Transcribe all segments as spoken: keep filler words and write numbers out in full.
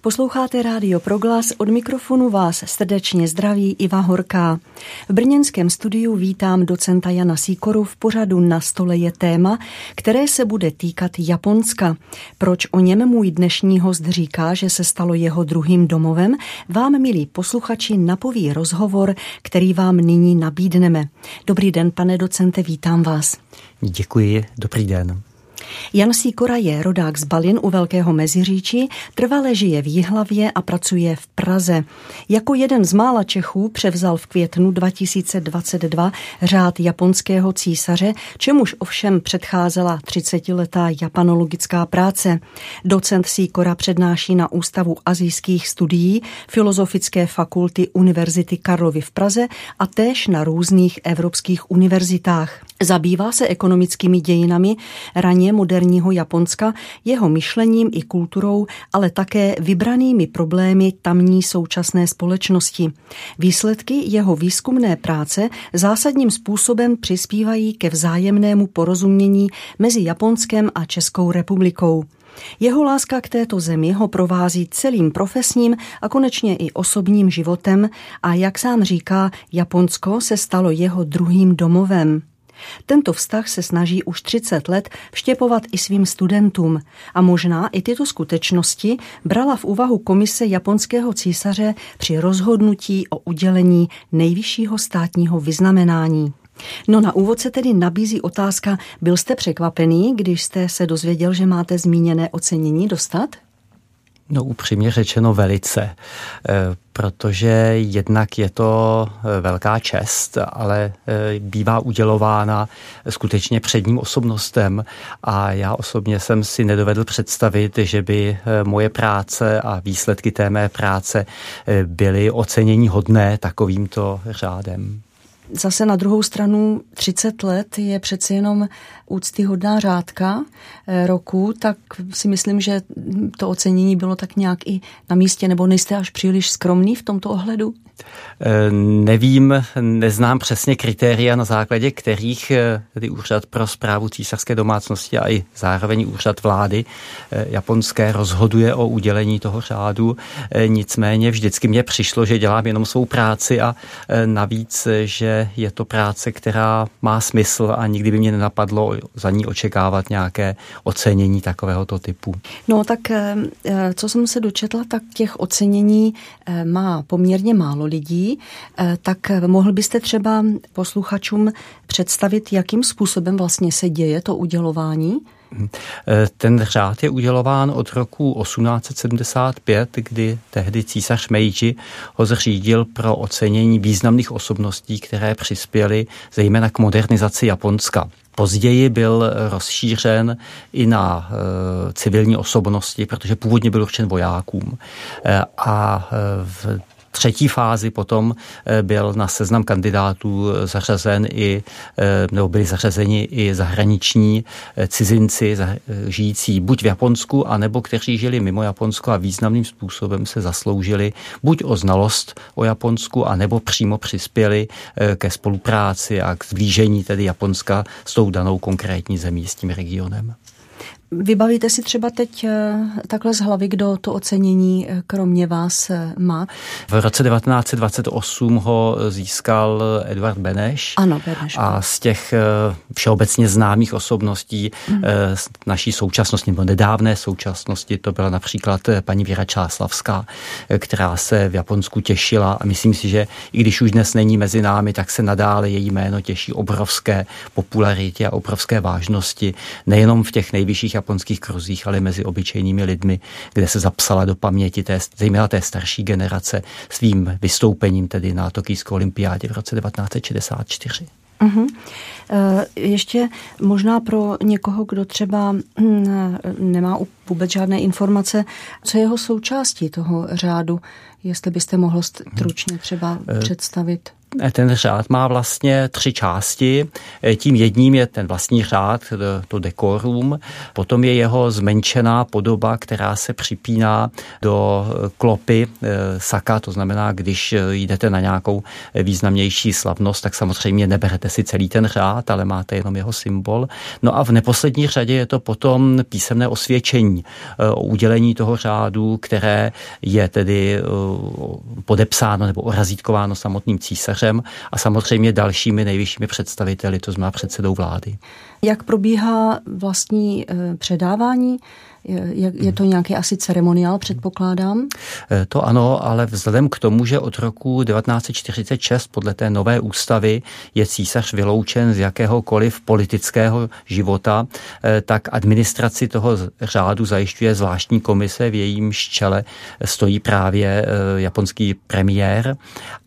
Posloucháte Rádio Proglas, od mikrofonu vás srdečně zdraví Iva Horká. V brněnském studiu vítám docenta Jana Sýkoru v pořadu Na stole je téma, které se bude týkat Japonska. Proč o něm můj dnešní host říká, že se stalo jeho druhým domovem, vám, milí posluchači, napoví rozhovor, který vám nyní nabídneme. Dobrý den, pane docente, vítám vás. Děkuji, dobrý den. Jan Sýkora je rodák z Balin u Velkého Meziříčí, trvale žije v Jihlavě a pracuje v Praze. Jako jeden z mála Čechů převzal v květnu dva tisíce dvacet dva řád japonského císaře, čemuž ovšem předcházela třicetiletá japanologická práce. Docent Sýkora přednáší na Ústavu asijských studií Filozofické fakulty Univerzity Karlovy v Praze a též na různých evropských univerzitách. Zabývá se ekonomickými dějinami raně moderního Japonska, jeho myšlením i kulturou, ale také vybranými problémy tamní současné společnosti. Výsledky jeho výzkumné práce zásadním způsobem přispívají ke vzájemnému porozumění mezi Japonskem a Českou republikou. Jeho láska k této zemi ho provází celým profesním a konečně i osobním životem a jak sám říká, Japonsko se stalo jeho druhým domovem. Tento vztah se snaží už třicet let vštěpovat i svým studentům a možná i tyto skutečnosti brala v úvahu komise japonského císaře při rozhodnutí o udělení nejvyššího státního vyznamenání. No na úvod se tedy nabízí otázka, byl jste překvapený, když jste se dozvěděl, že máte zmíněné ocenění dostat? No upřímně řečeno velice, protože jednak je to velká čest, ale bývá udělována skutečně předním osobnostem a já osobně jsem si nedovedl představit, že by moje práce a výsledky té mé práce byly ocenění hodné takovýmto řádem. Zase na druhou stranu třicet let je přece jenom úctyhodná řádka roku, tak si myslím, že to ocenění bylo tak nějak i na místě, nebo nejste až příliš skromný v tomto ohledu? Nevím, neznám přesně kritéria, na základě kterých tedy úřad pro správu císařské domácnosti a i zároveň úřad vlády japonské rozhoduje o udělení toho řádu. Nicméně vždycky mně přišlo, že dělám jenom svou práci a navíc, že je to práce, která má smysl a nikdy by mě nenapadlo za ní očekávat nějaké ocenění takovéhoto typu. No tak, co jsem se dočetla, tak těch ocenění má poměrně málo lidí, tak mohl byste třeba posluchačům představit, jakým způsobem vlastně se děje to udělování? Ten řád je udělován od roku osmnáct set sedmdesát pět, kdy tehdy císař Meidži ho zřídil pro ocenění významných osobností, které přispěly zejména k modernizaci Japonska. Později byl rozšířen i na e, civilní osobnosti, protože původně byl určen vojákům. E, a v třetí fázi potom byl na seznam kandidátů zařazen i, nebo byli zařazeni i zahraniční cizinci žijící buď v Japonsku, anebo kteří žili mimo Japonsko a významným způsobem se zasloužili buď o znalost o Japonsku, anebo přímo přispěli ke spolupráci a k zblížení tedy Japonska s tou danou konkrétní zemí, s tím regionem. Vybavíte si třeba teď takhle z hlavy, kdo to ocenění kromě vás má? V roce devatenáct set dvacet osm ho získal Edvard Beneš. Ano, Beneš. A z těch všeobecně známých osobností hmm. naší současnosti, nebo nedávné současnosti, to byla například paní Věra Čáslavská, která se v Japonsku těšila a myslím si, že i když už dnes není mezi námi, tak se nadále její jméno těší obrovské popularitě a obrovské vážnosti, nejenom v těch nejvyšších japonských kruzích, ale mezi obyčejnými lidmi, kde se zapsala do paměti té, zejména té starší generace svým vystoupením tedy na Tokijské olympiádě v roce devatenáct set šedesát čtyři. Uh-huh. Ještě možná pro někoho, kdo třeba nemá vůbec žádné informace, co je jeho součástí toho řádu, jestli byste mohl stručně třeba představit. ten řád má vlastně tři části. Tím jedním je ten vlastní řád, to dekorum, potom je jeho zmenšená podoba, která se připíná do klopy saka, to znamená, když jdete na nějakou významnější slavnost, tak samozřejmě neberete si celý ten řád, ale máte jenom jeho symbol. No a v neposlední řadě je to potom písemné osvědčení o udělení toho řádu, které je tedy podepsáno nebo orazítkováno samotným císařem a samozřejmě dalšími nejvyššími představiteli, to znamená předsedou vlády. Jak probíhá vlastní předávání? Je, je to nějaký asi ceremoniál, předpokládám? To ano, ale vzhledem k tomu, že od roku devatenáct set čtyřicet šest podle té nové ústavy je císař vyloučen z jakéhokoliv politického života, tak administraci toho řádu zajišťuje zvláštní komise, v jejímž čele stojí právě japonský premiér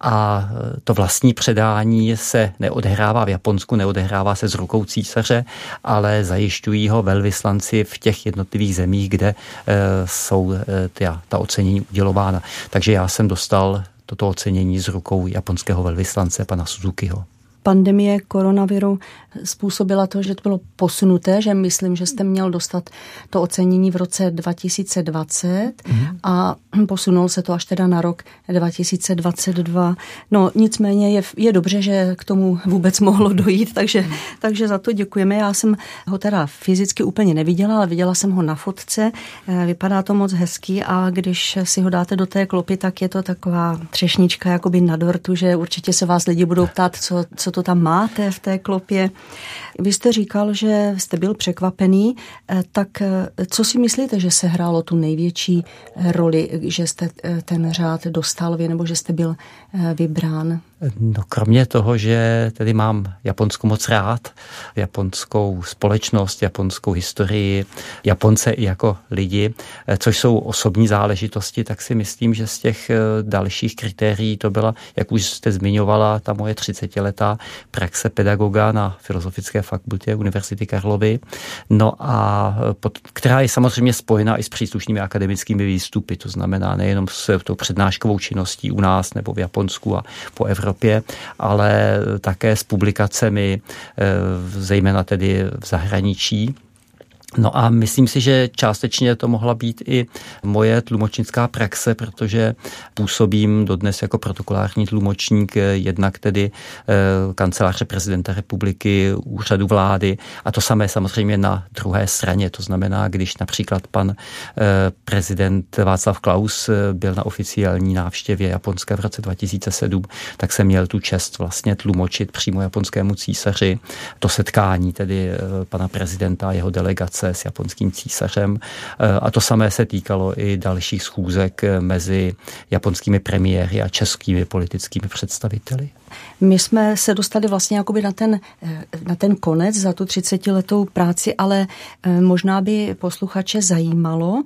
a to vlastní předání se neodehrává v Japonsku, neodehrává se z rukou císaře, ale zajišťují ho velvyslanci v těch jednotlivých zemích, kde e, jsou e, ta, ta ocenění udělována. Takže já jsem dostal toto ocenění z rukou japonského velvyslance, pana Suzukiho. Pandemie koronaviru způsobila to, že to bylo posunuté, že myslím, že jste měl dostat to ocenění v roce dva tisíce dvacet mm. a posunul se to až teda na rok dva tisíce dvacet dva. No nicméně je, je dobře, že k tomu vůbec mohlo dojít, takže, takže za to děkujeme. Já jsem ho teda fyzicky úplně neviděla, ale viděla jsem ho na fotce. Vypadá to moc hezký a když si ho dáte do té klopy, tak je to taková třešnička jakoby na dortu, že určitě se vás lidi budou ptát, co, co to tam máte v té klopě. Vy jste říkal, že jste byl překvapený, tak co si myslíte, že se hrálo tu největší roli, že jste ten řád dostal vy, nebo že jste byl vybrán? No kromě toho, že tedy mám Japonsku moc rád, japonskou společnost, japonskou historii, Japonce i jako lidi, což jsou osobní záležitosti, tak si myslím, že z těch dalších kritérií to byla, jak už jste zmiňovala, ta moje třicetiletá praxe pedagoga na Filozofické fakultě Univerzity Karlovy, no a pod, která je samozřejmě spojena i s příslušnými akademickými výstupy, to znamená nejenom s tou přednáškovou činností u nás nebo v Japonsku a po Evropě, ale také s publikacemi, zejména tedy v zahraničí. No a myslím si, že částečně to mohla být i moje tlumočnická praxe, protože působím dodnes jako protokolární tlumočník, jednak tedy kanceláře prezidenta republiky, úřadu vlády a to samé samozřejmě na druhé straně. To znamená, když například pan prezident Václav Klaus byl na oficiální návštěvě Japonské v roce dva tisíce sedm, tak jsem měl tu čest vlastně tlumočit přímo japonskému císaři to setkání tedy pana prezidenta a jeho delegace s japonským císařem a to samé se týkalo i dalších schůzek mezi japonskými premiéry a českými politickými představiteli. My jsme se dostali vlastně jakoby na ten, na ten konec za tu třicetiletou práci, ale možná by posluchače zajímalo,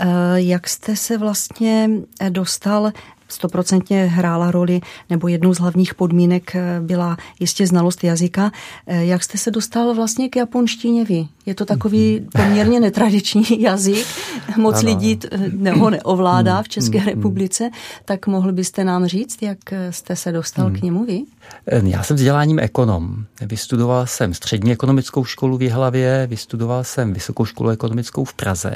jak jste se vlastně dostal. Stoprocentně hrála roli, nebo jednou z hlavních podmínek byla jistě znalost jazyka. Jak jste se dostal vlastně k japonštině vy? Je to takový poměrně netradiční jazyk, moc ano. lidí ho neovládá v České republice, tak mohl byste nám říct, jak jste se dostal hmm. k němu vy? Já jsem vzděláním ekonom. Vystudoval jsem střední ekonomickou školu v Jihlavě, vystudoval jsem vysokou školu ekonomickou v Praze,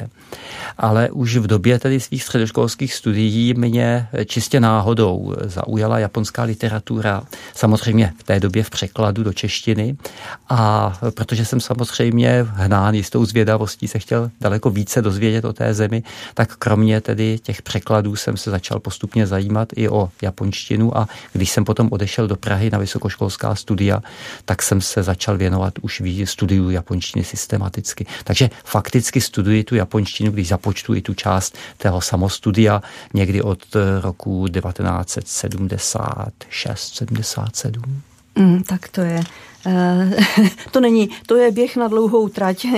ale už v době tedy svých středoškolských studií mě čistě náhodou zaujala japonská literatura, samozřejmě v té době v překladu do češtiny a protože jsem samozřejmě hnán jistou zvědavostí se chtěl daleko více dozvědět o té zemi, tak kromě tedy těch překladů jsem se začal postupně zajímat i o japonštinu a když jsem potom odešel do Prahy na vysokoškolská studia, tak jsem se začal věnovat už studiu japonštiny systematicky. Takže fakticky studuji tu japonštinu, když započtu i tu část tého samostudia někdy od roku devatenáct set sedmdesát šest sedmdesát sedm. Mm, tak to je. Uh, to není, to je běh na dlouhou trať,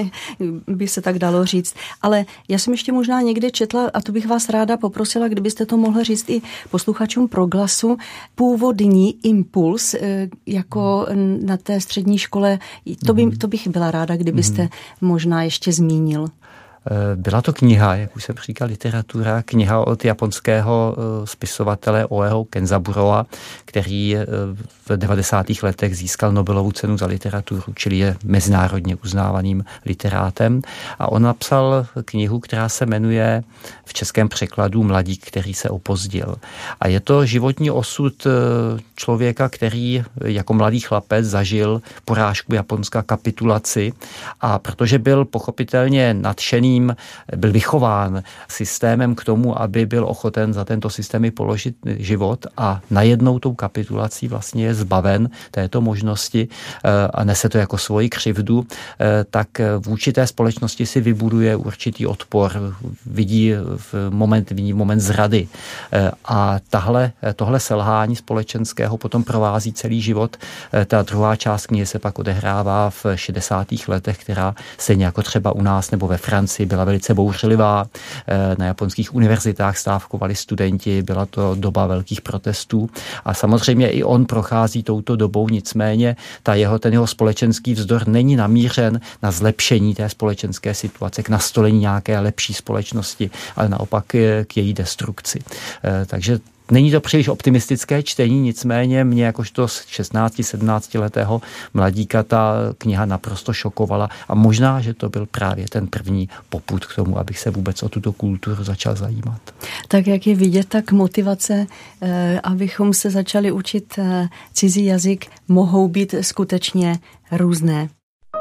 by se tak dalo říct. Ale já jsem ještě možná někde četla, a to bych vás ráda poprosila, kdybyste to mohla říct i posluchačům Proglasu, původní impuls, jako na té střední škole, to, by, to bych byla ráda, kdybyste možná ještě zmínil. Byla to kniha, jak už jsem říkal, literatura, kniha od japonského spisovatele Oeho Kenzaburoa, který v devadesátých letech získal Nobelovu cenu za literaturu, čili je mezinárodně uznávaným literátem. A on napsal knihu, která se jmenuje v českém překladu Mladík, který se opozdil. A je to životní osud člověka, který jako mladý chlapec zažil porážku Japonska, kapitulaci, a protože byl pochopitelně nadšeným, byl vychován systémem k tomu, aby byl ochoten za tento systém i položit život, a najednou tou kapitulací vlastně je zbaven této možnosti a nese to jako svoji křivdu, tak vůči té společnosti si vybuduje určitý odpor, vidí v moment, vidí moment zrady. A tahle, tohle selhání společenského potom provází celý život. Ta druhá část knihy se pak odehrává v šedesátých letech, která stejně jako třeba u nás nebo ve Francii byla velice bouřlivá. Na japonských univerzitách stávkovali studenti, byla to doba velkých protestů a samozřejmě i on prochází touto dobou, nicméně ta jeho, ten jeho společenský vzdor není namířen na zlepšení té společenské situace, k nastolení nějaké lepší společnosti, ale naopak k její destrukci. Takže není to příliš optimistické čtení, nicméně mě jakožto šestnácti sedmnácti letého mladíka ta kniha naprosto šokovala a možná, že to byl právě ten první popud k tomu, abych se vůbec o tuto kulturu začal zajímat. Tak jak je vidět, tak motivace, abychom se začali učit cizí jazyk, mohou být skutečně různé.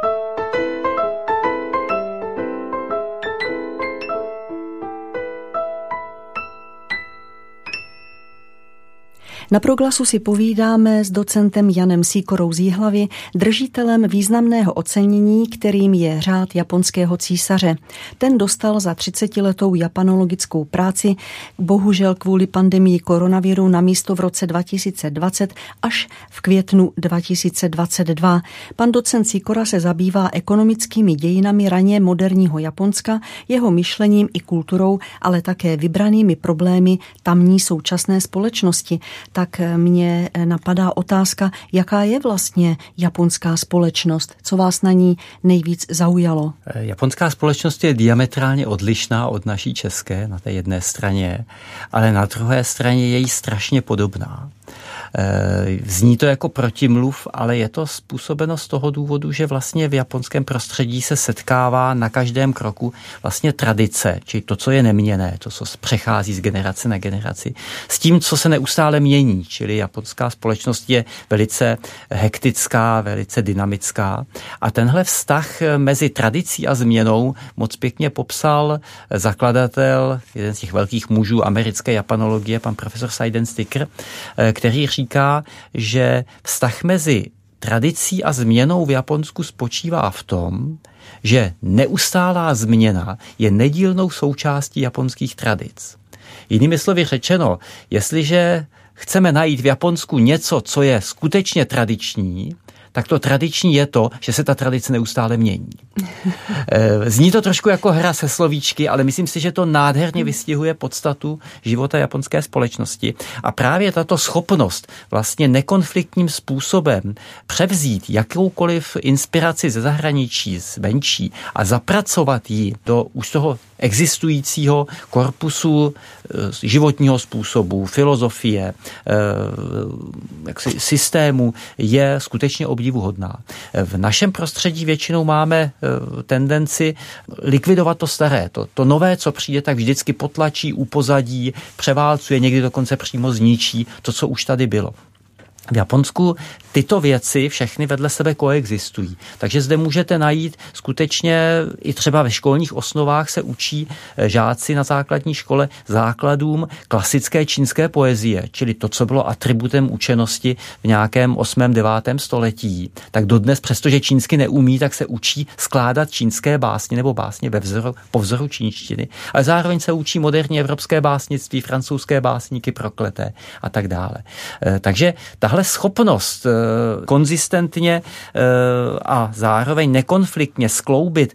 Na Proglasu si povídáme s docentem Janem Sýkorou z Jihlavy, držitelem významného ocenění, kterým je řád japonského císaře. Ten dostal za třicetiletou japanologickou práci, bohužel kvůli pandemii koronaviru, na místo v roce dva tisíce dvacet až v květnu dva tisíce dvacet dva. Pan docent Sýkora se zabývá ekonomickými dějinami raně moderního Japonska, jeho myšlením i kulturou, ale také vybranými problémy tamní současné společnosti. Tak mě napadá otázka, jaká je vlastně japonská společnost? Co vás na ní nejvíc zaujalo? Japonská společnost je diametrálně odlišná od naší české na té jedné straně, ale na druhé straně je jí strašně podobná. Zní to jako protimluv, ale je to způsobeno z toho důvodu, že vlastně v japonském prostředí se setkává na každém kroku vlastně tradice, či to, co je neměnné, to, co přechází z generace na generaci, s tím, co se neustále mění, čili japonská společnost je velice hektická, velice dynamická a tenhle vztah mezi tradicí a změnou moc pěkně popsal zakladatel, jeden z těch velkých mužů americké japanologie, pan profesor Seiden Sticker, který říká, že vztah mezi tradicí a změnou v Japonsku spočívá v tom, že neustálá změna je nedílnou součástí japonských tradic. Jinými slovy řečeno, jestliže chceme najít v Japonsku něco, co je skutečně tradiční, tak to tradiční je to, že se ta tradice neustále mění. Zní to trošku jako hra se slovíčky, ale myslím si, že to nádherně vystihuje podstatu života japonské společnosti. A právě tato schopnost vlastně nekonfliktním způsobem převzít jakoukoliv inspiraci ze zahraničí, zvenčí a zapracovat ji do už toho existujícího korpusu životního způsobu, filozofie, jaksi systému je skutečně obdivuhodná. V našem prostředí většinou máme tendenci likvidovat to staré. To, to nové, co přijde, tak vždycky potlačí, upozadí, převálcuje, někdy dokonce přímo zničí to, co už tady bylo. V Japonsku tyto věci všechny vedle sebe koexistují. Takže zde můžete najít skutečně i třeba ve školních osnovách se učí žáci na základní škole základům klasické čínské poezie, čili to, co bylo atributem učenosti v nějakém osmém devátém století. Tak dodnes, přestože čínsky neumí, tak se učí skládat čínské básně nebo básně ve vzoru, po vzoru čínštiny. Ale zároveň se učí moderní evropské básnictví, francouzské básníky prokleté a tak dále. Takže tahle schopnost konzistentně a zároveň nekonfliktně skloubit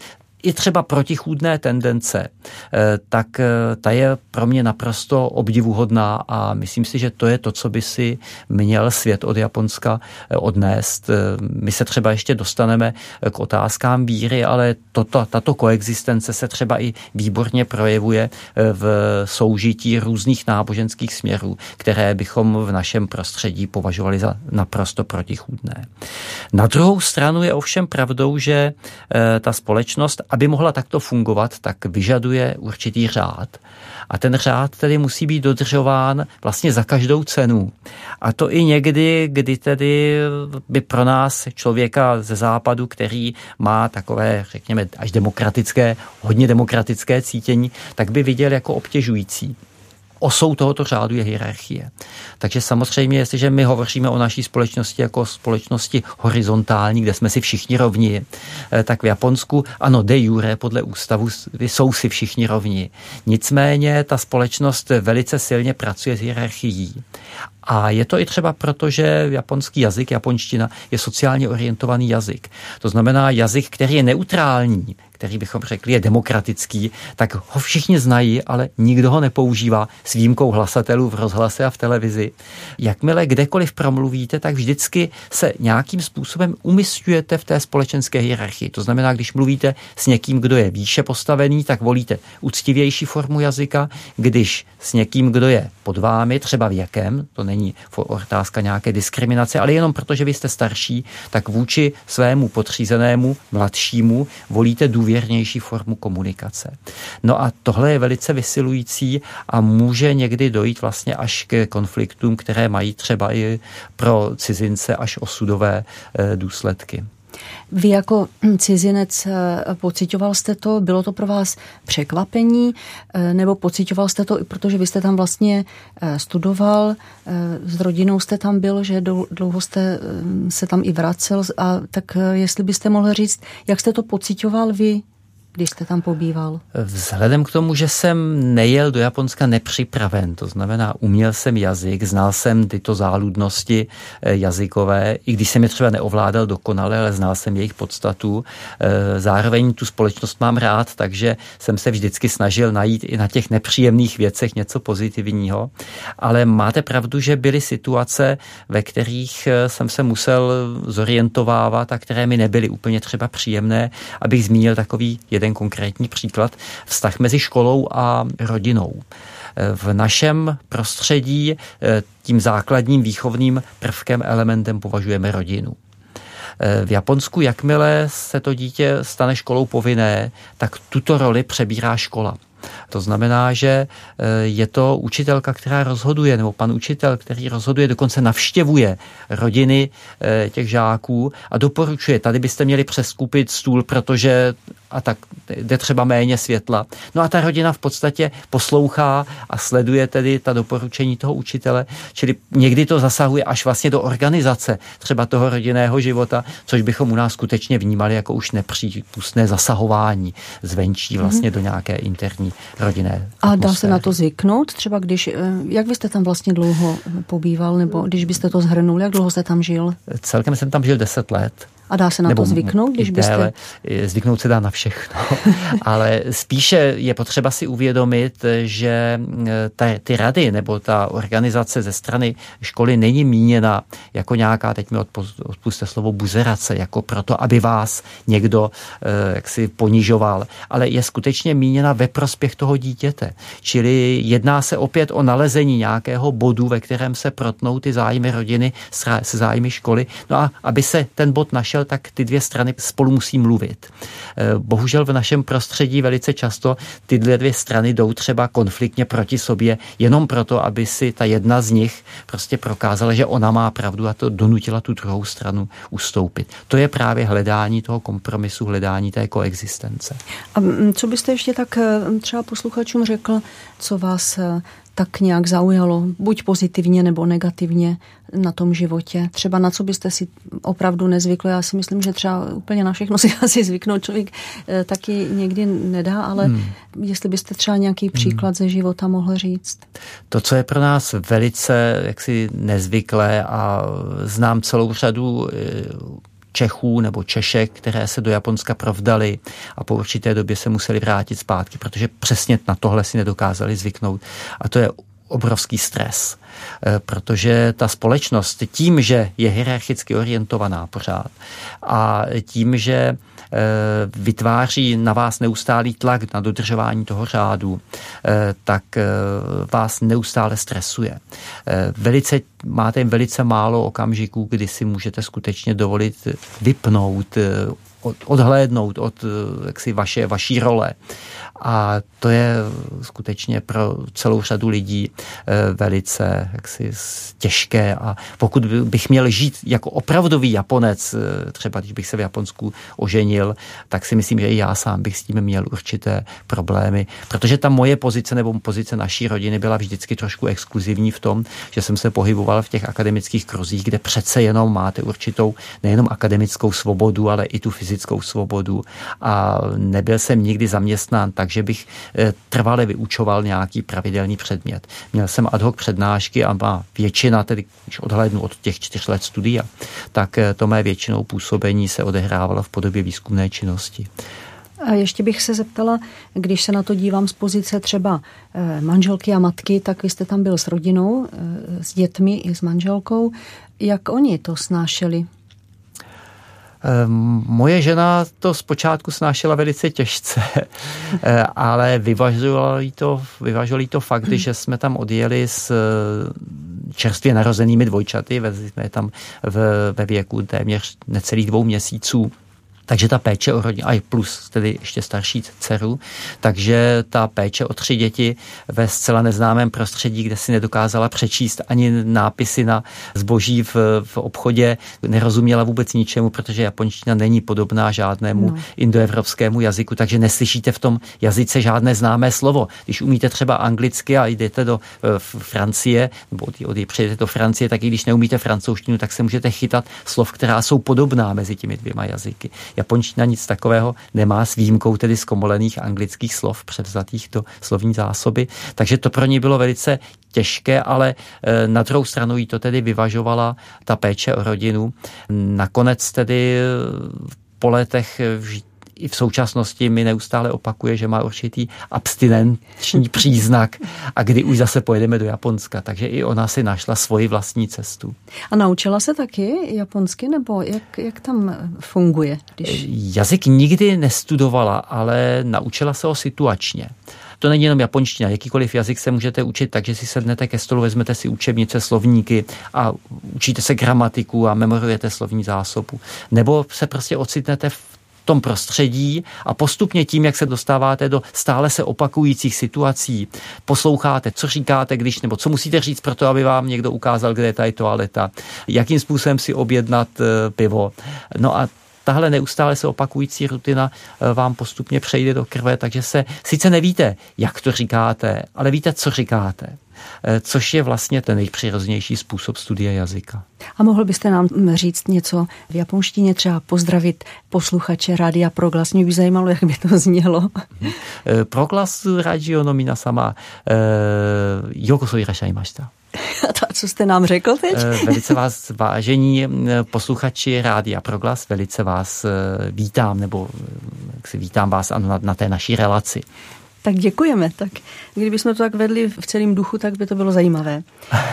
i třeba protichůdné tendence, tak ta je pro mě naprosto obdivuhodná a myslím si, že to je to, co by si měl svět od Japonska odnést. My se třeba ještě dostaneme k otázkám víry, ale toto, tato koexistence se třeba i výborně projevuje v soužití různých náboženských směrů, které bychom v našem prostředí považovali za naprosto protichůdné. Na druhou stranu je ovšem pravdou, že ta společnost, aby mohla takto fungovat, tak vyžaduje určitý řád. A ten řád tedy musí být dodržován vlastně za každou cenu. A to i někdy, kdy tedy by pro nás člověka ze západu, který má takové, řekněme, až demokratické, hodně demokratické cítění, tak by viděl jako obtěžující. Osou tohoto řádu je hierarchie. Takže samozřejmě, jestliže my hovoříme o naší společnosti jako společnosti horizontální, kde jsme si všichni rovni, tak v Japonsku, ano, de jure podle ústavu jsou si všichni rovni. Nicméně ta společnost velice silně pracuje s hierarchií. A je to i třeba proto, že japonský jazyk, japonština je sociálně orientovaný jazyk. To znamená jazyk, který je neutrální, který bychom řekli je demokratický, tak ho všichni znají, ale nikdo ho nepoužívá s výjimkou hlasatelů v rozhlase a v televizi. Jakmile kdekoliv promluvíte, tak vždycky se nějakým způsobem umisťujete v té společenské hierarchii. To znamená, když mluvíte s někým, kdo je výše postavený, tak volíte úctivější formu jazyka, když s někým, kdo je pod vámi, třeba věkem, to není otázka nějaké diskriminace, ale jenom proto, že vy jste starší, tak vůči svému podřízenému, mladšímu volíte důvěrnější formu komunikace. No a tohle je velice vysilující a může někdy dojít vlastně až k konfliktům, které mají třeba i pro cizince až osudové důsledky. Vy jako cizinec pociťoval jste to, bylo to pro vás překvapení, nebo pociťoval jste to i protože vy jste tam vlastně studoval, s rodinou jste tam byl, že dlouho jste se tam i vracel, a tak jestli byste mohl říct, jak jste to pociťoval vy, když jste tam pobýval? Vzhledem k tomu, že jsem nejel do Japonska nepřipraven, to znamená, uměl jsem jazyk, znal jsem tyto záludnosti jazykové, i když jsem je třeba neovládal dokonale, ale znal jsem jejich podstatu. Zároveň tu společnost mám rád, takže jsem se vždycky snažil najít i na těch nepříjemných věcech něco pozitivního. Ale máte pravdu, že byly situace, ve kterých jsem se musel zorientovávat a které mi nebyly úplně třeba příjemné, abych zmínil takový jeden konkrétní příklad, vztah mezi školou a rodinou. V našem prostředí tím základním výchovným prvkem, elementem považujeme rodinu. V Japonsku, jakmile se to dítě stane školou povinné, tak tuto roli přebírá škola. To znamená, že je to učitelka, která rozhoduje, nebo pan učitel, který rozhoduje, dokonce navštěvuje rodiny těch žáků a doporučuje, tady byste měli přeskupit stůl, protože a tak jde třeba méně světla. No a ta rodina v podstatě poslouchá a sleduje tedy ta doporučení toho učitele, čili někdy to zasahuje až vlastně do organizace třeba toho rodinného života, což bychom u nás skutečně vnímali jako už nepřípustné zasahování zvenčí vlastně mm-hmm. do nějaké interní rodinné A atmosféry. Dá se na to zvyknout? Třeba když, jak byste tam vlastně dlouho pobýval, nebo když byste to shrnul, jak dlouho jste tam žil? Celkem jsem tam žil deset let. A dá se na Nebo to zvyknout, když byste... Déle, zvyknout se dá na všechno. Ale spíše je potřeba si uvědomit, že ta, ty rady nebo ta organizace ze strany školy není míněna jako nějaká, teď mi odpuste slovo, buzerace, jako proto, aby vás někdo eh, jaksi ponižoval, ale je skutečně míněna ve prospěch toho dítěte. Čili jedná se opět o nalezení nějakého bodu, ve kterém se protnou ty zájmy rodiny se zájmy školy. No a aby se ten bod našel, tak ty dvě strany spolu musí mluvit. Bohužel v našem prostředí velice často ty dvě strany jdou třeba konfliktně proti sobě, jenom proto, aby si ta jedna z nich prostě prokázala, že ona má pravdu a to donutila tu druhou stranu ustoupit. To je právě hledání toho kompromisu, hledání té koexistence. A co byste ještě tak třeba posluchačům řekl, co vás tak nějak zaujalo, buď pozitivně nebo negativně na tom životě? Třeba na co byste si opravdu nezvykli? Já si myslím, že třeba úplně na všechno si asi zvyknout člověk taky někdy nedá, ale hmm. jestli byste třeba nějaký příklad hmm. ze života mohl říct. To, co je pro nás velice jaksi nezvyklé a znám celou řadu Čechů nebo Češek, které se do Japonska provdali a po určité době se museli vrátit zpátky, protože přesně na tohle si nedokázali zvyknout. A to je obrovský stres, protože ta společnost tím, že je hierarchicky orientovaná pořád a tím, že vytváří na vás neustálý tlak na dodržování toho řádu, tak vás neustále stresuje. Velice, máte velice málo okamžiků, kdy si můžete skutečně dovolit vypnout, odhlédnout od jaksi, vaše, vaší role. A to je skutečně pro celou řadu lidí velice jaksi, těžké. A pokud bych měl žít jako opravdový Japonec, třeba když bych se v Japonsku oženil, tak si myslím, že i já sám bych s tím měl určité problémy. Protože ta moje pozice nebo pozice naší rodiny byla vždycky trošku exkluzivní v tom, že jsem se pohyboval v těch akademických kruzích, kde přece jenom máte určitou nejenom akademickou svobodu, ale i tu fyzickou svobodu. A nebyl jsem nikdy zaměstnán tak, že bych trvale vyučoval nějaký pravidelný předmět. Měl jsem ad hoc přednášky a má většina, tedy když odhlédnu od těch čtyř let studia, tak to mé většinou působení se odehrávalo v podobě výzkumné činnosti. A ještě bych se zeptala, když se na to dívám z pozice třeba manželky a matky, tak vy jste tam byl s rodinou, s dětmi i s manželkou. Jak oni to snášeli? Moje žena to zpočátku snášela velice těžce, ale vyvažovala to, vyvažovala to fakt, že jsme tam odjeli s čerstvě narozenými dvojčaty, jsme tam ve věku téměř necelých dvou měsíců. Takže ta péče o rodinu, a plus tedy ještě starší dceru, takže ta péče o tři děti ve zcela neznámém prostředí, kde si nedokázala přečíst ani nápisy na zboží v, v obchodě, nerozuměla vůbec ničemu, protože japonština není podobná žádnému no. indoevropskému jazyku, takže neslyšíte v tom jazyce žádné známé slovo. Když umíte třeba anglicky a jdete do Francie, nebo od přijedete do Francie, tak i když neumíte francouzštinu, tak se můžete chytat slov, která jsou podobná mezi těmi dvěma jazyky. Japonština nic takového nemá s výjimkou tedy zkomolených anglických slov převzatých do slovní zásoby, takže to pro ní bylo velice těžké, ale na druhou stranu jí to tedy vyvažovala ta péče o rodinu. Nakonec tedy po letech i v současnosti mi neustále opakuje, že má určitý abstinenční příznak a kdy už zase pojedeme do Japonska. Takže i ona si našla svoji vlastní cestu. A naučila se taky japonsky, nebo jak, jak tam funguje? Když... Jazyk nikdy nestudovala, ale naučila se ho situačně. To není jenom japonština, jakýkoliv jazyk se můžete učit, takže si sednete ke stolu, vezmete si učebnice, slovníky a učíte se gramatiku a memorujete slovní zásobu. Nebo se prostě ocitnete v tom prostředí a postupně tím, jak se dostáváte do stále se opakujících situací, posloucháte, co říkáte, když, nebo co musíte říct pro to, aby vám někdo ukázal, kde je ta toaleta, jakým způsobem si objednat pivo. No a tahle neustále se opakující rutina vám postupně přejde do krve, takže se sice nevíte, jak to říkáte, ale víte, co říkáte. Což je vlastně ten nejpřirozenější způsob studia jazyka. A mohl byste nám říct něco v japonštině, třeba pozdravit posluchače Rádia Proglas? Mě by zajímalo, jak by to znělo. Proglas Radio no minasama yokoso irašaimashita. A to, co jste nám řekl teď? Velice vás, vážení posluchači Rádia Proglas, velice vás vítám, nebo jak si vítám vás na, na té naší relaci. Tak děkujeme. Tak kdybychom to tak vedli v celém duchu, tak by to bylo zajímavé.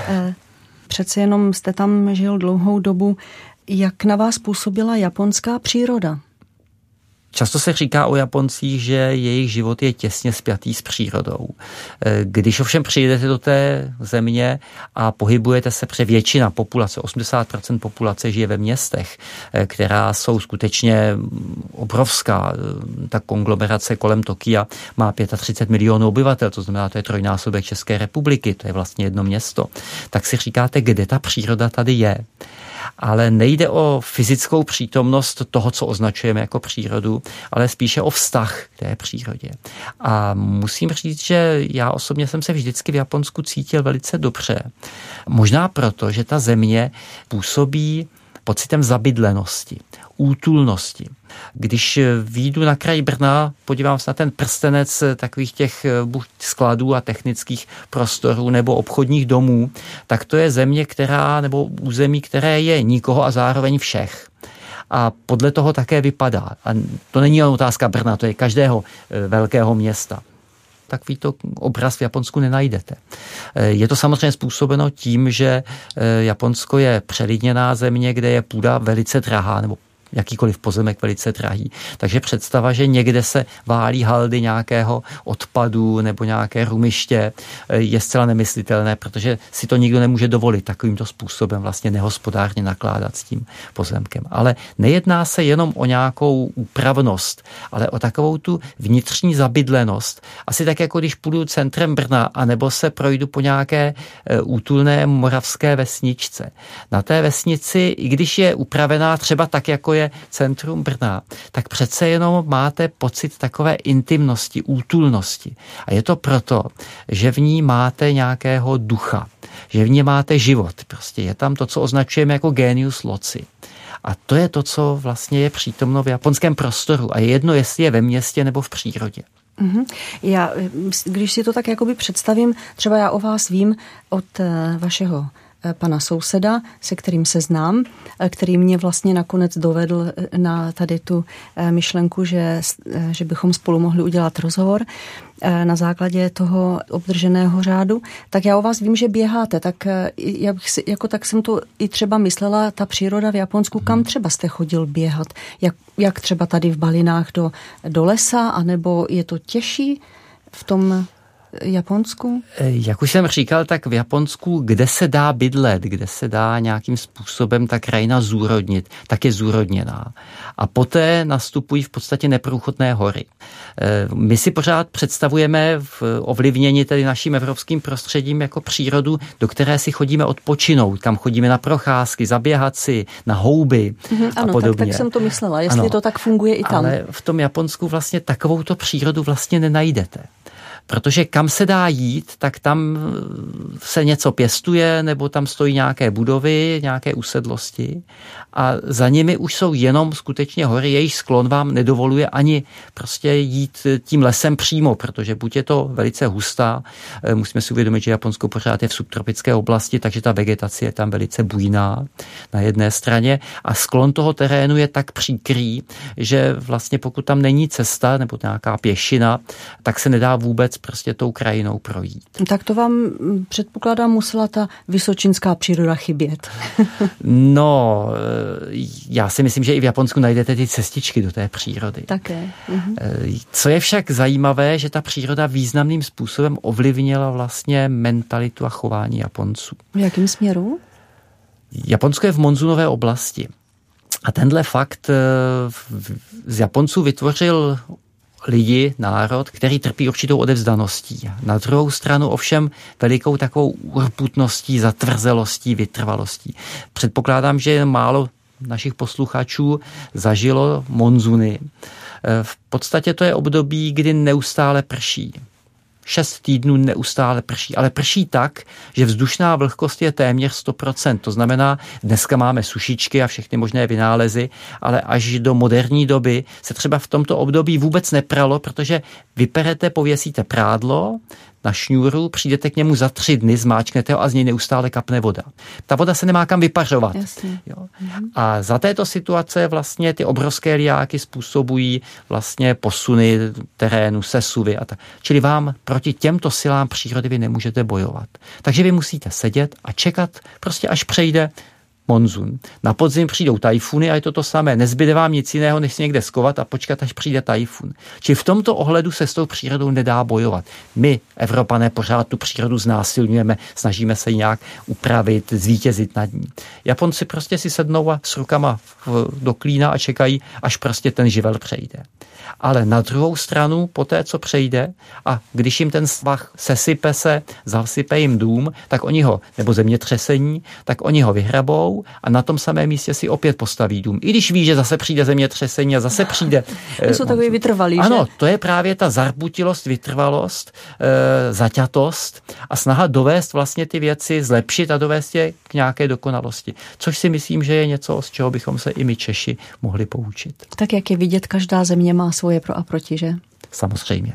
Přece jenom jste tam žil dlouhou dobu. Jak na vás působila japonská příroda? Často se říká o Japoncích, že jejich život je těsně spjatý s přírodou. Když ovšem přijedete do té země a pohybujete se, protože většina populace, osmdesát procent populace žije ve městech, která jsou skutečně obrovská. Ta konglomerace kolem Tokia má třicet pět milionů obyvatel, to znamená, to je trojnásobek České republiky, to je vlastně jedno město. Tak si říkáte, kde ta příroda tady je. Ale nejde o fyzickou přítomnost toho, co označujeme jako přírodu, ale spíše o vztah k té přírodě. A musím říct, že já osobně jsem se vždycky v Japonsku cítil velice dobře. Možná proto, že ta země působí pocitem zabydlenosti, útulnosti. Když vyjdu na kraj Brna, podívám se na ten prstenec takových těch buď skladů a technických prostorů nebo obchodních domů, tak to je země, která, nebo území, které je nikoho a zároveň všech. a podle toho také vypadá. A to není jen otázka Brna, to je každého velkého města. Takovýto obraz v Japonsku nenajdete. Je to samozřejmě způsobeno tím, že Japonsko je přelidněná země, kde je půda velice drahá, nebo jakýkoliv pozemek velice drahý. Takže představa, že někde se válí haldy nějakého odpadu nebo nějaké rumiště, je zcela nemyslitelné, protože si to nikdo nemůže dovolit takovýmto způsobem vlastně nehospodárně nakládat s tím pozemkem. Ale nejedná se jenom o nějakou úpravnost, ale o takovou tu vnitřní zabydlenost. Asi tak, jako když půjdu centrem Brna, anebo se projdu po nějaké útulné moravské vesničce. Na té vesnici, i když je upravená třeba tak, jako je centrum Brna, tak přece jenom máte pocit takové intimnosti, útulnosti. A je to proto, že v ní máte nějakého ducha, že v ní máte život. Prostě je tam to, co označujeme jako genius loci. A to je to, co vlastně je přítomno v japonském prostoru. A je jedno, jestli je ve městě nebo v přírodě. Mm-hmm. Já, když si to tak jakoby představím, třeba já o vás vím od vašeho pana souseda, se kterým se znám, který mě vlastně nakonec dovedl na tady tu myšlenku, že, že bychom spolu mohli udělat rozhovor na základě toho obdrženého řádu. Tak já o vás vím, že běháte, tak já bych si, jako tak jsem to i třeba myslela, ta příroda v Japonsku, kam třeba jste chodil běhat? Jak, jak třeba tady v Balinách do, do lesa, anebo je to těžší v tom Japonsku? Jak už jsem říkal, tak v Japonsku, kde se dá bydlet, kde se dá nějakým způsobem ta krajina zúrodnit, tak je zúrodněná. A poté nastupují v podstatě neprůchodné hory. My si pořád představujeme v ovlivnění tedy naším evropským prostředím jako přírodu, do které si chodíme odpočinout, kam chodíme na procházky, zaběhat si, na houby mm, a ano, podobně. Tak, tak jsem to myslela, jestli ano, to tak funguje i tam. Ale v tom Japonsku vlastně takovouto přírodu vlastně nenajdete. Protože kam se dá jít, tak tam se něco pěstuje, nebo tam stojí nějaké budovy, nějaké usedlosti a za nimi už jsou jenom skutečně hory, jejich sklon vám nedovoluje ani prostě jít tím lesem přímo, protože buď je to velice hustá, musíme si uvědomit, že Japonsko pořád je v subtropické oblasti, takže ta vegetace je tam velice bujná na jedné straně a sklon toho terénu je tak příkrý, že vlastně pokud tam není cesta nebo nějaká pěšina, tak se nedá vůbec prostě tou krajinou projít. Tak to vám, předpokládám, musela ta vysočinská příroda chybět. No, já si myslím, že i v Japonsku najdete ty cestičky do té přírody. Také. Mhm. Co je však zajímavé, že ta příroda významným způsobem ovlivnila vlastně mentalitu a chování Japonců. V jakém směru? Japonsko je v monzunové oblasti. A tenhle fakt z Japonců vytvořil lidi, národ, který trpí určitou odevzdaností. Na druhou stranu ovšem velikou takovou urputností, zatvrzelostí, vytrvalostí. Předpokládám, že málo našich posluchačů zažilo monzuny. V podstatě to je období, kdy neustále prší. Šest týdnů neustále prší, ale prší tak, že vzdušná vlhkost je téměř sto procent. To znamená, dneska máme sušičky a všechny možné vynálezy, ale až do moderní doby se třeba v tomto období vůbec nepralo, protože vyperete, pověsíte prádlo na šňůru, přijdete k němu za tři dny, zmáčknete ho a z něj neustále kapne voda. Ta voda se nemá kam vypařovat. Jo. A za této situace vlastně ty obrovské liáky způsobují vlastně posuny terénu, sesuvy a tak. Čili vám proti těmto silám přírody vy nemůžete bojovat. Takže vy musíte sedět a čekat prostě až přejde monzun. Na podzim přijdou tajfuny a je to to samé. Nezbyde vám nic jiného, než si někde skovat a počkat, až přijde tajfun. Čili v tomto ohledu se s tou přírodou nedá bojovat. My, Evropané, pořád tu přírodu znásilňujeme, snažíme se ji nějak upravit, zvítězit nad ní. Japonci prostě si sednou a s rukama do klína a čekají, až prostě ten živel přejde. Ale na druhou stranu, po té, co přejde, a když jim ten svah sesype se, zasype jim dům, tak oni ho, nebo zemětřesení, tak oni ho vyhrabou a na tom samém místě si opět postaví dům. I když ví, že zase přijde zemětřesení a zase přijde... To jsou takový vytrvalí, že? Ano, to je právě ta zarbutilost, vytrvalost, e, zaťatost a snaha dovést vlastně ty věci, zlepšit a dovést je k nějaké dokonalosti. Což si myslím, že je něco, z čeho bychom se i my Češi mohli poučit. Tak jak je vidět, každá země má svoje pro a proti, že? Samozřejmě.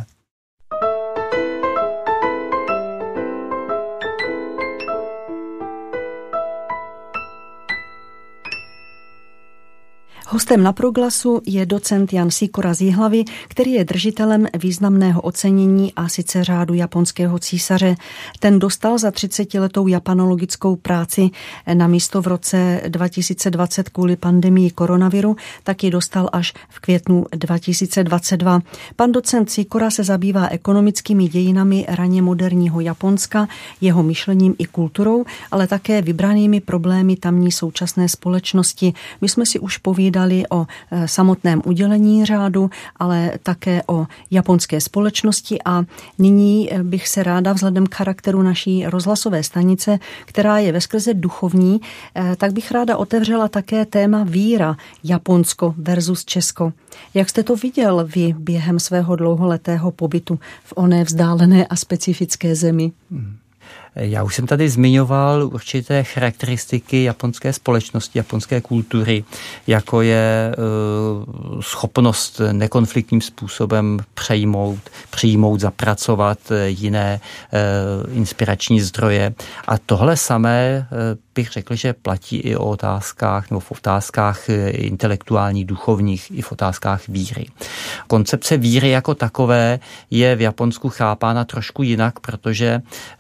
Hostem na Proglasu je docent Jan Sikora z Jihlavy, který je držitelem významného ocenění, a sice řádu japonského císaře. Ten dostal za třicetiletou japanologickou práci na místo v roce dva tisíce dvacet kvůli pandemii koronaviru, tak ji dostal až v květnu dva tisíce dvacet dva. Pan docent Sikora se zabývá ekonomickými dějinami raně moderního Japonska, jeho myšlením i kulturou, ale také vybranými problémy tamní současné společnosti. My jsme si už povídali o samotném udělení řádu, ale také o japonské společnosti, a nyní bych se ráda vzhledem k charakteru naší rozhlasové stanice, která je veskrze duchovní, tak bych ráda otevřela také téma víra, Japonsko versus Česko. Jak jste to viděl vy během svého dlouholetého pobytu v oné vzdálené a specifické zemi? Hmm. Já už jsem tady zmiňoval určité charakteristiky japonské společnosti, japonské kultury, jako je uh, schopnost nekonfliktním způsobem přejmout, přijmout, zapracovat jiné uh, inspirační zdroje. A tohle samé uh, bych řekl, že platí i o otázkách, nebo v otázkách intelektuálních, duchovních, i v otázkách víry. Koncepce víry jako takové je v Japonsku chápána trošku jinak, protože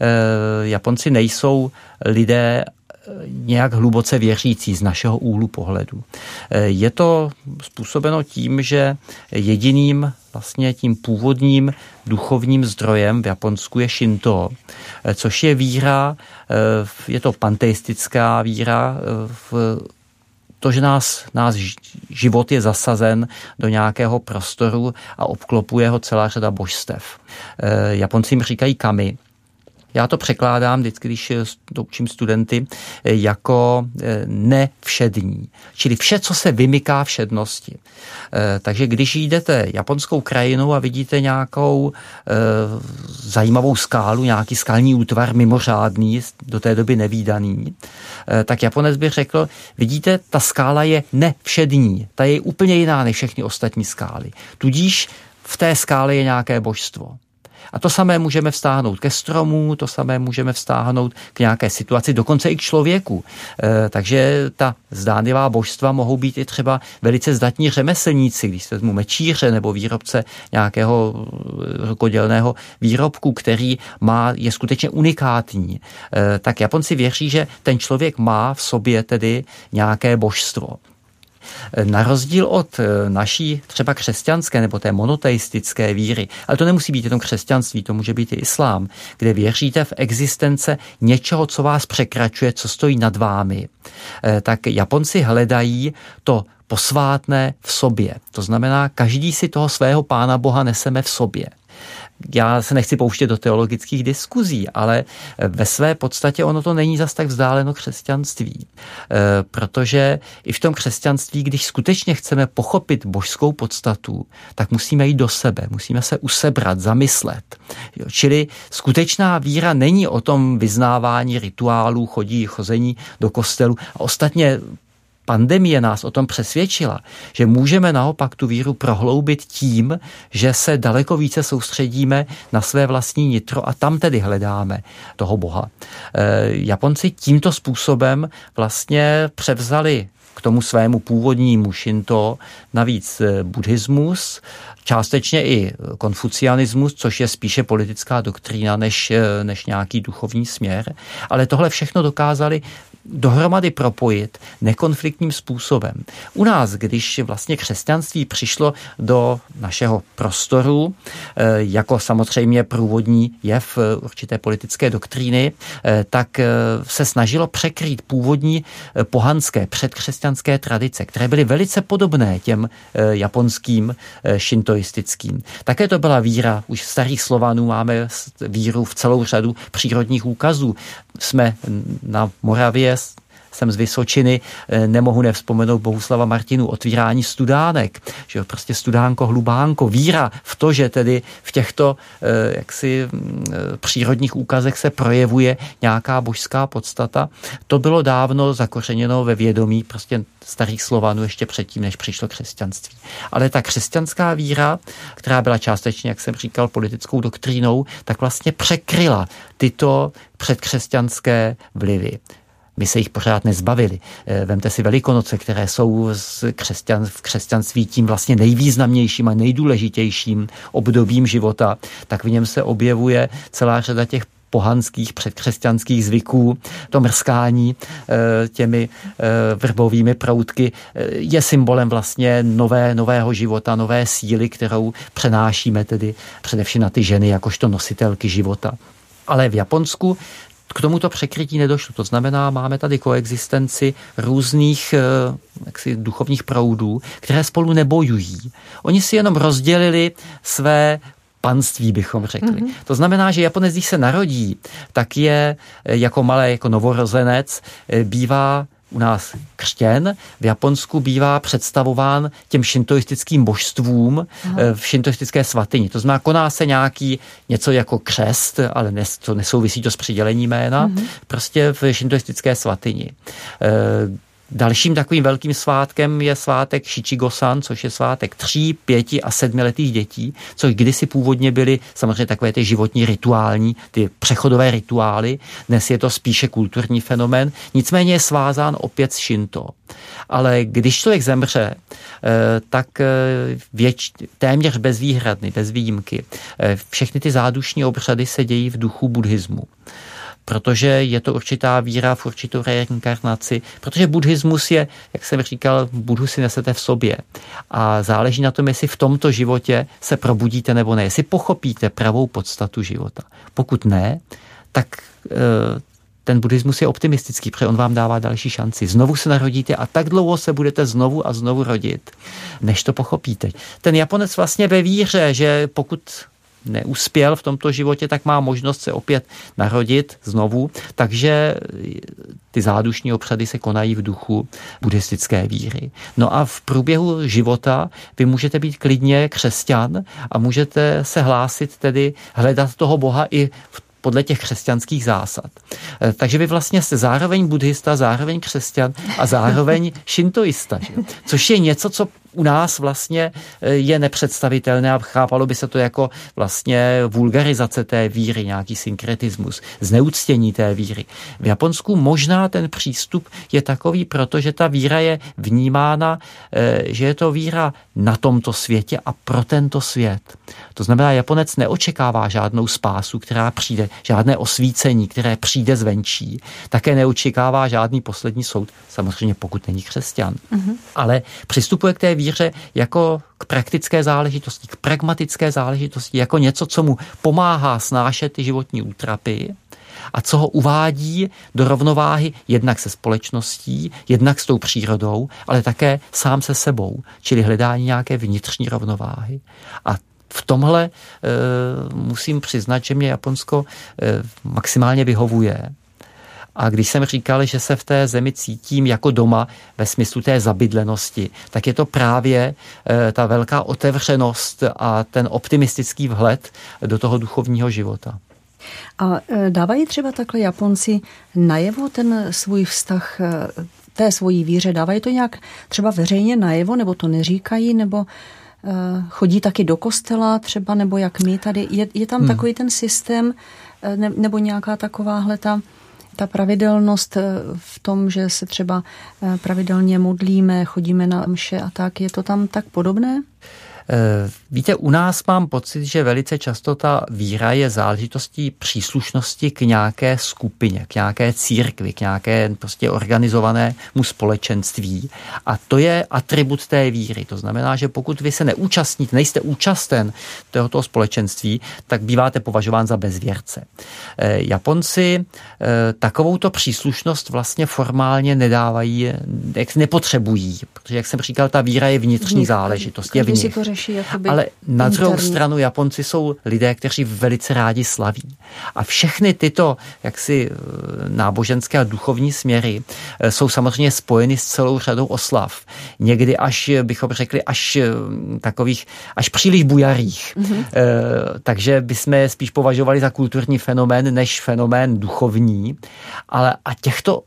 uh, Japonci nejsou lidé nějak hluboce věřící z našeho úhlu pohledu. Je to způsobeno tím, že jediným vlastně tím původním duchovním zdrojem v Japonsku je Shinto, což je víra, je to panteistická víra v to, že nás, nás život je zasazen do nějakého prostoru a obklopuje ho celá řada božstev. Japonci jim říkají kami. Já to překládám vždycky, když to učím studenty, jako nevšední. Čili vše, co se vymyká všednosti. Takže když jdete japonskou krajinou a vidíte nějakou zajímavou skálu, nějaký skalní útvar mimořádný, do té doby nevídaný, tak Japonec by řekl, vidíte, ta skála je nevšední. Ta je úplně jiná než všechny ostatní skály. Tudíž v té skále je nějaké božstvo. A to samé můžeme vztáhnout ke stromu, to samé můžeme vztáhnout k nějaké situaci, dokonce i k člověku. E, takže ta zdánlivá božstva mohou být i třeba velice zdatní řemeslníci, když se vezmu mečíře nebo výrobce nějakého rukodělného výrobku, který má, je skutečně unikátní. E, tak Japonci věří, že ten člověk má v sobě tedy nějaké božstvo. Na rozdíl od naší třeba křesťanské nebo té monoteistické víry, ale to nemusí být jenom křesťanství, to může být i islám, kde věříte v existence něčeho, co vás překračuje, co stojí nad vámi, tak Japonci hledají to posvátné v sobě. To znamená, každý si toho svého pána Boha neseme v sobě. Já se nechci pouštět do teologických diskuzí, ale ve své podstatě ono to není zas tak vzdáleno křesťanství. Protože i v tom křesťanství, když skutečně chceme pochopit božskou podstatu, tak musíme jít do sebe, musíme se usebrat, zamyslet. Čili skutečná víra není o tom vyznávání rituálů, chodí, chození do kostelu. A ostatně pandemie nás o tom přesvědčila, že můžeme naopak tu víru prohloubit tím, že se daleko více soustředíme na své vlastní nitro a tam tedy hledáme toho Boha. Japonci tímto způsobem vlastně převzali k tomu svému původnímu Shinto navíc buddhismus, částečně i konfucianismus, což je spíše politická doktrína než, než nějaký duchovní směr, ale tohle všechno dokázali dohromady propojit nekonfliktním způsobem. U nás, když vlastně křesťanství přišlo do našeho prostoru, jako samozřejmě průvodní jev určité politické doktríny, tak se snažilo překrýt původní pohanské předkřesťanské tradice, které byly velice podobné těm japonským šintoistickým. Také to byla víra, už starých Slovanů máme víru v celou řadu přírodních úkazů. Jsme na Moravě, jsem z Vysočiny, nemohu nevzpomenout Bohuslava Martinu otvírání studánek, že jo, prostě studánko, hlubánko, víra v to, že tedy v těchto jaksi přírodních úkazech se projevuje nějaká božská podstata. To bylo dávno zakořeněno ve vědomí prostě starých Slovanů ještě předtím, než přišlo křesťanství. Ale ta křesťanská víra, která byla částečně, jak jsem říkal, politickou doktrínou, tak vlastně překryla tyto předkřesťanské vlivy. My se jich pořád nezbavili. Vemte si Velikonoce, které jsou z křesťan, v křesťanství tím vlastně nejvýznamnějším a nejdůležitějším obdobím života, tak v něm se objevuje celá řada těch pohanských předkřesťanských zvyků. To mrskání těmi vrbovými proutky je symbolem vlastně nové, nového života, nové síly, kterou přenášíme tedy především na ty ženy jakožto nositelky života. Ale v Japonsku k tomuto překrytí nedošlo. To znamená, máme tady koexistenci různých jaksi, duchovních proudů, které spolu nebojují. Oni si jenom rozdělili své panství, bychom řekli. Mm-hmm. To znamená, že Japonec, když se narodí, tak je jako malé, jako novorozenec, bývá u nás křtěn, v Japonsku bývá představován těm šintoistickým božstvům Aha. v šintoistické svatyni. To znamená, koná se nějaký něco jako křest, ale nes, to nesouvisí to s přidělením jména, mm-hmm. prostě v šintoistické svatyni. Dalším takovým velkým svátkem je svátek Shichigo-san, což je svátek tří, pěti a sedmiletých dětí, což kdysi původně byly samozřejmě takové ty životní rituální, ty přechodové rituály. Dnes je to spíše kulturní fenomén, nicméně je svázán opět s Shinto. Ale když člověk zemře, tak věč, téměř bezvýhradny, bez výjimky, všechny ty zádušní obřady se dějí v duchu buddhismu. Protože je to určitá víra v určitou reinkarnaci, protože buddhismus je, jak jsem říkal, Buddhu si nesete v sobě. A záleží na tom, jestli v tomto životě se probudíte nebo ne, jestli pochopíte pravou podstatu života. Pokud ne, tak ten buddhismus je optimistický, protože on vám dává další šanci. Znovu se narodíte a tak dlouho se budete znovu a znovu rodit, než to pochopíte. Ten Japonec vlastně ve víře, že pokud neuspěl v tomto životě, tak má možnost se opět narodit znovu, takže ty zádušní obřady se konají v duchu buddhistické víry. No a v průběhu života vy můžete být klidně křesťan a můžete se hlásit, tedy hledat toho Boha i v podle těch křesťanských zásad. Takže vy vlastně jste zároveň buddhista, zároveň křesťan a zároveň šintoista, že? Což je něco, co u nás vlastně je nepředstavitelné a chápalo by se to jako vlastně vulgarizace té víry, nějaký synkretismus, zneuctění té víry. V Japonsku možná ten přístup je takový, protože ta víra je vnímána, že je to víra na tomto světě a pro tento svět. To znamená, Japonec neočekává žádnou spásu, která přijde, žádné osvícení, které přijde zvenčí. Také neočekává žádný poslední soud, samozřejmě pokud není křesťan. Mm-hmm. Ale přistupuje k té víře jako k praktické záležitosti, k pragmatické záležitosti, jako něco, co mu pomáhá snášet ty životní útrapy a co ho uvádí do rovnováhy jednak se společností, jednak s tou přírodou, ale také sám se sebou, čili hledání nějaké vnitřní rovnováhy. A v tomhle e, musím přiznat, že mě Japonsko e, maximálně vyhovuje. A když jsem říkal, že se v té zemi cítím jako doma ve smyslu té zabydlenosti, tak je to právě e, ta velká otevřenost a ten optimistický vhled do toho duchovního života. A e, dávají třeba takhle Japonci najevo ten svůj vztah e, té svojí víře? Dávají to nějak třeba veřejně najevo, nebo to neříkají, nebo chodí taky do kostela třeba, nebo jak my tady. Je, je tam hmm. takový ten systém, ne, nebo nějaká takováhle ta, ta pravidelnost v tom, že se třeba pravidelně modlíme, chodíme na mše a tak. Je to tam tak podobné? Víte, u nás mám pocit, že velice často ta víra je záležitostí příslušnosti k nějaké skupině, k nějaké církvi, k nějaké prostě organizovanému společenství. A to je atribut té víry. To znamená, že pokud vy se neúčastníte, nejste účasten tohoto společenství, tak býváte považován za bezvěrce. Japonci takovouto příslušnost vlastně formálně nedávají, jak nepotřebují, protože, jak jsem říkal, ta víra je vnitřní záležitost, je v nich. Ale na druhou stranu Japonci jsou lidé, kteří velice rádi slaví. A všechny tyto jaksi náboženské a duchovní směry jsou samozřejmě spojeny s celou řadou oslav. Někdy až, bychom řekli, až takových, až příliš bujarých. Mm-hmm. Takže bychom je spíš považovali za kulturní fenomén, než fenomén duchovní. Ale a těchto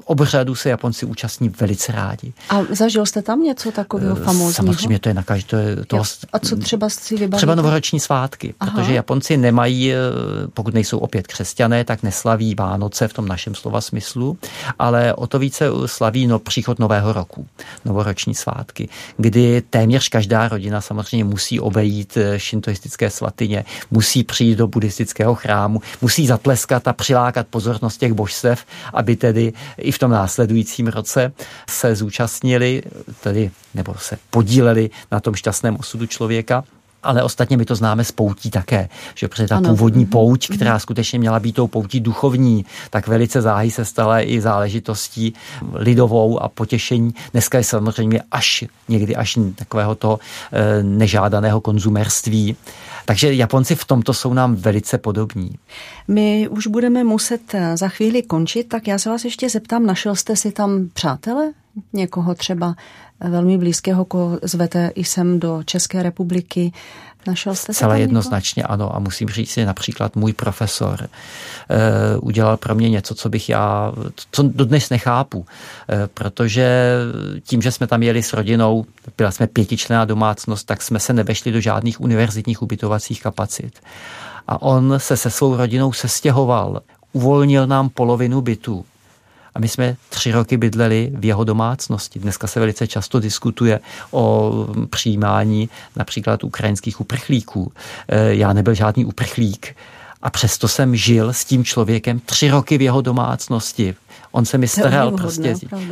obřadu se Japonci účastní velice rádi. A zažil jste tam něco takového famózního? Samozřejmě to je na každé. To, a co třeba si vybavíte? Třeba novoroční svátky, Aha. protože Japonci nemají, pokud nejsou opět křesťané, tak neslaví Vánoce v tom našem slova smyslu, ale o to více slaví no, příchod nového roku, novoroční svátky, kdy téměř každá rodina samozřejmě musí obejít šintoistické svatyně, musí přijít do buddhistického chrámu, musí zatleskat a přilákat pozornost těch božstev, aby tedy i v tom následujícím roce se zúčastnili, tedy, nebo se podíleli na tom šťastném osudu člověka. Ale ostatně my to známe z poutí také, že protože ta ano. původní pouť, která skutečně měla být tou poutí duchovní, tak velice záhy se stala i záležitostí lidovou a potěšení. Dneska je samozřejmě až někdy až takového toho nežádaného konzumerství. Takže Japonci v tomto jsou nám velice podobní. My už budeme muset za chvíli končit, tak já se vás ještě zeptám, našel jste si tam přátele? Někoho třeba velmi blízkého, koho zvete i sem do České republiky. Našel jste se Celé jednoznačně někoho? Ano, a musím říct si například můj profesor e, udělal pro mě něco, co bych já, co dodnes nechápu, e, protože tím, že jsme tam jeli s rodinou, byla jsme pětičlenná domácnost, tak jsme se nevešli do žádných univerzitních ubytovacích kapacit. A on se se svou rodinou sestěhoval, uvolnil nám polovinu bytu. A my jsme tři roky bydleli v jeho domácnosti. Dneska se velice často diskutuje o přijímání například ukrajinských uprchlíků. Já nebyl žádný uprchlík a přesto jsem žil s tím člověkem tři roky v jeho domácnosti. On se mi staral prostě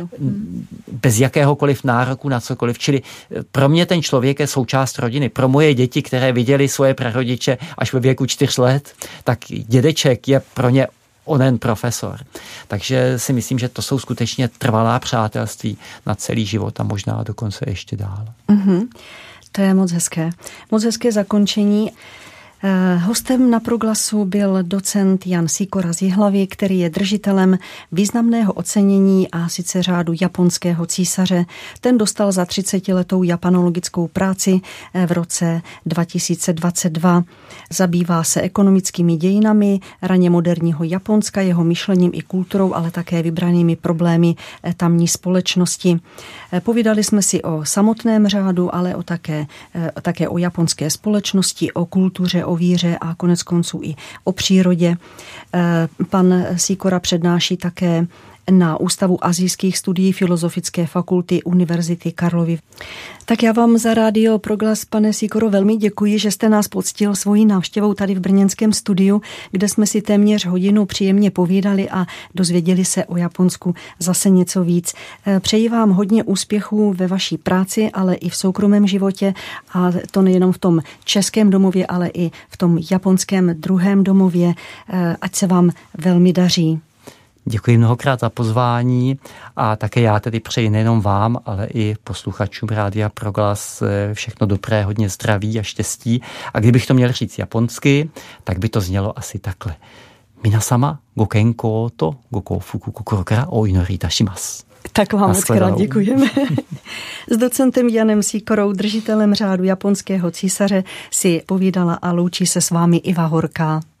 bez jakéhokoliv nároku na cokoliv. Čili pro mě ten člověk je součást rodiny. Pro moje děti, které viděli svoje prarodiče až ve věku čtyř let, tak dědeček je pro ně onen profesor. Takže si myslím, že to jsou skutečně trvalá přátelství na celý život a možná dokonce ještě dál. Mm-hmm. To je moc hezké. Moc hezké zakončení. Hostem na Proglasu byl docent Jan Sikora z Jihlavy, který je držitelem významného ocenění a sice řádu japonského císaře. Ten dostal za třicetiletou japanologickou práci v roce dva tisíce dvacet dva. Zabývá se ekonomickými dějinami raně moderního Japonska, jeho myšlením i kulturou, ale také vybranými problémy tamní společnosti. Povídali jsme si o samotném řádu, ale o také, také o japonské společnosti, o kultuře, o víře a konec konců i o přírodě. Pan Sikora přednáší také na Ústavu asijských studií Filozofické fakulty Univerzity Karlovy. Tak já vám za Rádio Proglas, pane Sikoro, velmi děkuji, že jste nás poctil svojí návštěvou tady v brněnském studiu, kde jsme si téměř hodinu příjemně povídali a dozvěděli se o Japonsku zase něco víc. Přeji vám hodně úspěchů ve vaší práci, ale i v soukromém životě, a to nejenom v tom českém domově, ale i v tom japonském druhém domově. Ať se vám velmi daří. Děkuji mnohokrát za pozvání a také já tedy přeji nejenom vám, ale i posluchačům Rádia Proglas všechno dobré, hodně zdraví a štěstí. A kdybych to měl říct japonsky, tak by to znělo asi takhle. Minasama go kenkou to go koufuku kokoro kara o inori itashimasu. Tak vám moc krát děkujeme. S docentem Janem Sikorou, držitelem řádu japonského císaře, si povídala a loučí se s vámi Iva Horká.